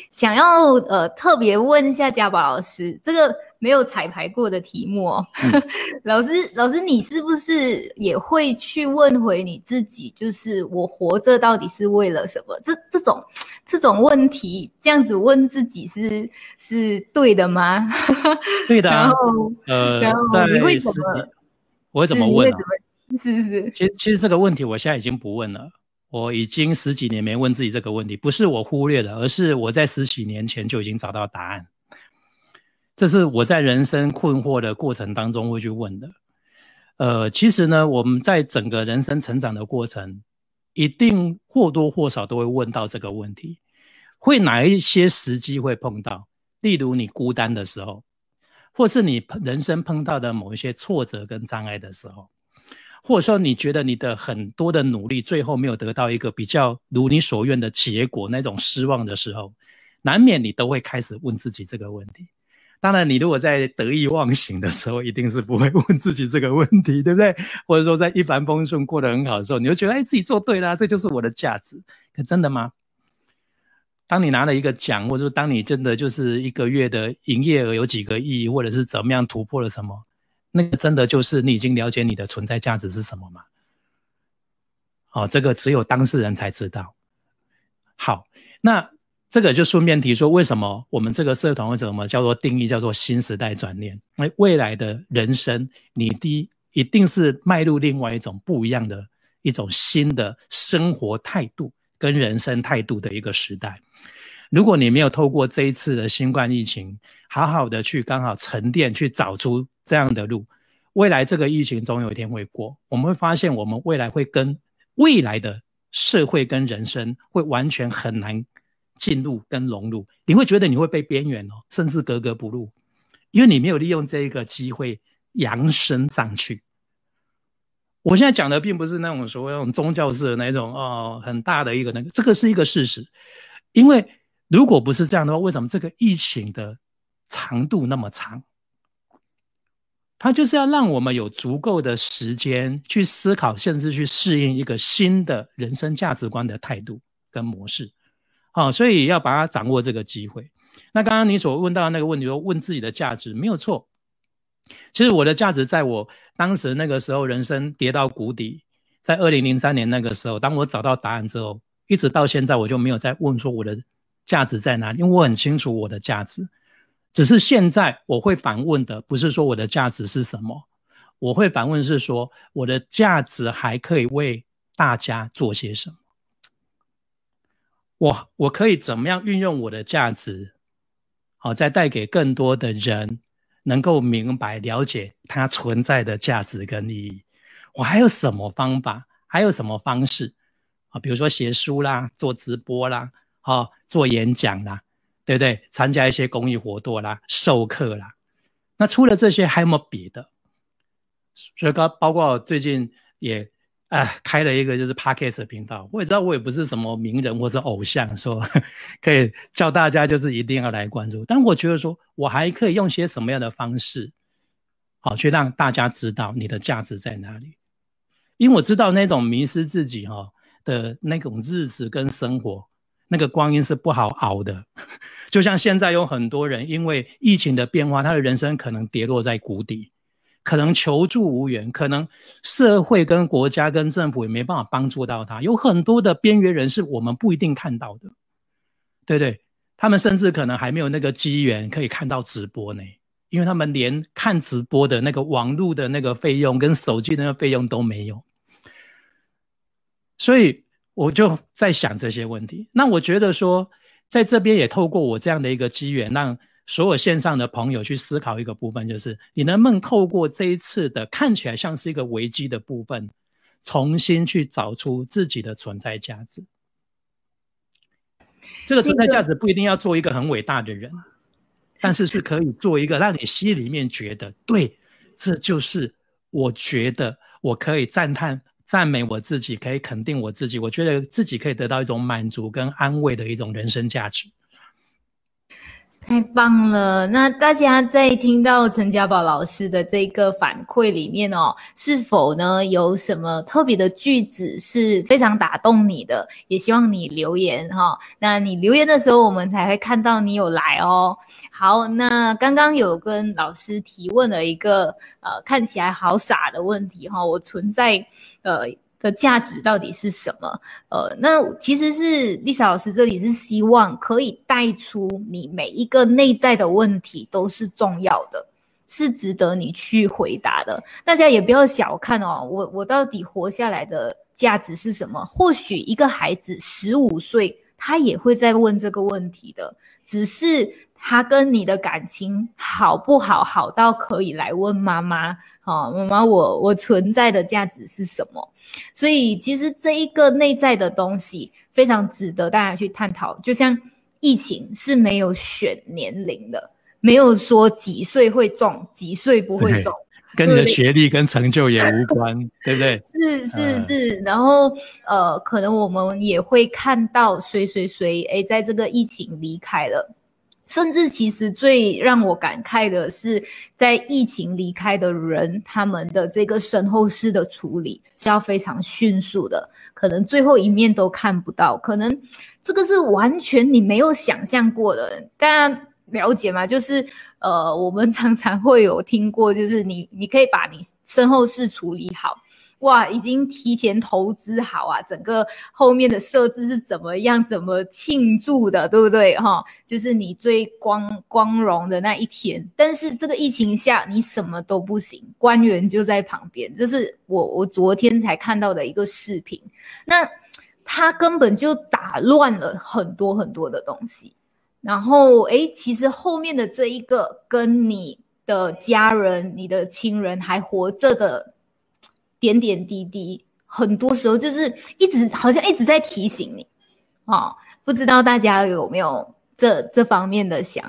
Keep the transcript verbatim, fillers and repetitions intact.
想要呃特别问一下家宝老师，这个没有彩排过的题目哦。嗯、老师，老师，你是不是也会去问回你自己？就是我活着到底是为了什么？这这种这种问题，这样子问自己是是对的吗？ 对的、啊。 然后呃， 然后你会怎么？ 我会怎么问呢、啊？ 是是。 其实其实这个问题我现在已经不问了。我已经十几年没问自己这个问题，不是我忽略了，而是我在十几年前就已经找到答案。这是我在人生困惑的过程当中会去问的。呃，其实呢，我们在整个人生成长的过程，一定或多或少都会问到这个问题。会哪一些时机会碰到？例如你孤单的时候，或是你人生碰到的某一些挫折跟障碍的时候，或者说你觉得你的很多的努力最后没有得到一个比较如你所愿的结果，那种失望的时候，难免你都会开始问自己这个问题。当然你如果在得意忘形的时候，一定是不会问自己这个问题，对不对？或者说在一帆风顺过得很好的时候，你就觉得哎，自己做对了，这就是我的价值。可真的吗？当你拿了一个奖，或者说当你真的就是一个月的营业额有几个亿，或者是怎么样突破了什么，那个真的就是你已经了解你的存在价值是什么吗？哦，这个只有当事人才知道。好，那这个就顺便提说，为什么我们这个社团为什么叫做定义叫做新时代转念？因为未来的人生，你第一一定是迈入另外一种不一样的一种新的生活态度跟人生态度的一个时代。如果你没有透过这一次的新冠疫情，好好的去刚好沉淀，去找出这样的路，未来这个疫情总有一天会过，我们会发现我们未来会跟未来的社会跟人生会完全很难进入跟融入，你会觉得你会被边缘哦，甚至格格不入，因为你没有利用这个机会扬升上去。我现在讲的并不是那种所谓那种宗教式的那种哦很大的一个那个，这个是一个事实。因为如果不是这样的话，为什么这个疫情的长度那么长？它就是要让我们有足够的时间去思考，甚至去适应一个新的人生价值观的态度跟模式。好，所以要把它掌握这个机会。那刚刚你所问到的那个问题，说问自己的价值，没有错。其实我的价值在我当时那个时候人生跌到谷底，在二零零三年那个时候，当我找到答案之后，一直到现在我就没有再问说我的价值在哪里，因为我很清楚我的价值。只是现在我会反问的不是说我的价值是什么，我会反问是说我的价值还可以为大家做些什么，我我可以怎么样运用我的价值，好，再带给更多的人能够明白了解它存在的价值跟意义。我还有什么方法，还有什么方式啊？比如说写书啦，做直播啦，啊，做演讲啦，对不对？参加一些公益活动啦，授课啦。那除了这些还有没有别的？所以包括最近也啊开了一个就是 Podcast 的频道，我也知道我也不是什么名人或是偶像，说可以叫大家就是一定要来关注。但我觉得说我还可以用些什么样的方式，好去让大家知道你的价值在哪里。因为我知道那种迷失自己哈、哦、的那种日子跟生活，那个光阴是不好熬的。就像现在有很多人因为疫情的变化，他的人生可能跌落在谷底，可能求助无援，可能社会跟国家跟政府也没办法帮助到他。有很多的边缘人是我们不一定看到的，对不对？他们甚至可能还没有那个机缘可以看到直播呢，因为他们连看直播的那个网络的那个费用跟手机的那个费用都没有。所以我就在想这些问题。那我觉得说在这边也透过我这样的一个机缘，让所有线上的朋友去思考一个部分，就是你能不能透过这一次的看起来像是一个危机的部分，重新去找出自己的存在价值。这个存在价值不一定要做一个很伟大的人，但是是可以做一个让你心里面觉得对，这就是我觉得我可以赞叹赞美我自己，可以肯定我自己，我觉得自己可以得到一种满足跟安慰的一种人生价值。 太棒了！那大家在听到陈家宝老师的这个反馈里面哦，是否呢有什么特别的句子是非常打动你的？也希望你留言哈、哦。那你留言的时候，我们才会看到你有来哦。好，那刚刚有跟老师提问了一个呃看起来好傻的问题哈、哦，我存在呃。的价值到底是什么？呃，那其实是 Lisa 老师这里是希望可以带出你每一个内在的问题都是重要的，是值得你去回答的。大家也不要小看哦，我我到底活下来的价值是什么？或许一个孩子十五岁，他也会在问这个问题的，只是他跟你的感情好不好，好到可以来问妈妈。好，妈妈，我我存在的价值是什么？所以其实这一个内在的东西非常值得大家去探讨。就像疫情是没有选年龄的，没有说几岁会中，几岁不会中， 跟你的学历跟成就也无关，对不对？ 是是是，嗯、然后呃，可能我们也会看到谁谁谁，诶，在这个疫情离开了。甚至其实最让我感慨的是，在疫情离开的人，他们的这个身后事的处理是要非常迅速的，可能最后一面都看不到，可能这个是完全你没有想象过的。大家了解吗？就是呃，我们常常会有听过，就是你你可以把你身后事处理好。哇，已经提前投资好啊，整个后面的设置是怎么样，怎么庆祝的，对不对哈？就是你最光光荣的那一天，但是这个疫情下你什么都不行，官员就在旁边，这是我我昨天才看到的一个视频，那他根本就打乱了很多很多的东西，然后诶，其实后面的这一个跟你的家人、你的亲人还活着的点点滴滴，很多时候就是一直好像一直在提醒你，哦，不知道大家有没有这这方面的想